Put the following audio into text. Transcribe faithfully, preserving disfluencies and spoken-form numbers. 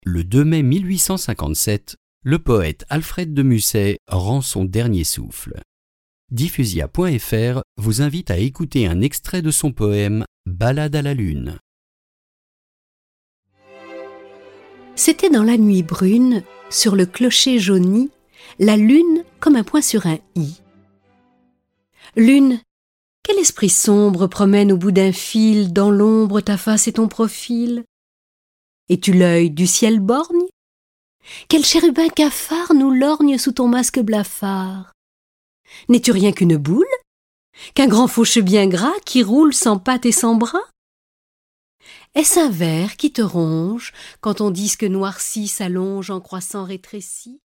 Le deux mai mille huit cent cinquante-sept, le poète Alfred de Musset rend son dernier souffle. Diffusia point F R vous invite à écouter un extrait de son poème « Ballade à la lune ». C'était dans la nuit brune, sur le clocher jauni, la lune comme un point sur un i. Lune, quel esprit sombre promène au bout d'un fil dans l'ombre ta face et ton profil? Es-tu l'œil du ciel borgne? Quel chérubin cafard nous lorgne sous ton masque blafard? N'es-tu rien qu'une boule? Qu'un grand fauche bien gras qui roule sans pattes et sans bras? Est-ce un ver qui te ronge quand ton disque noirci s'allonge en croissant rétréci?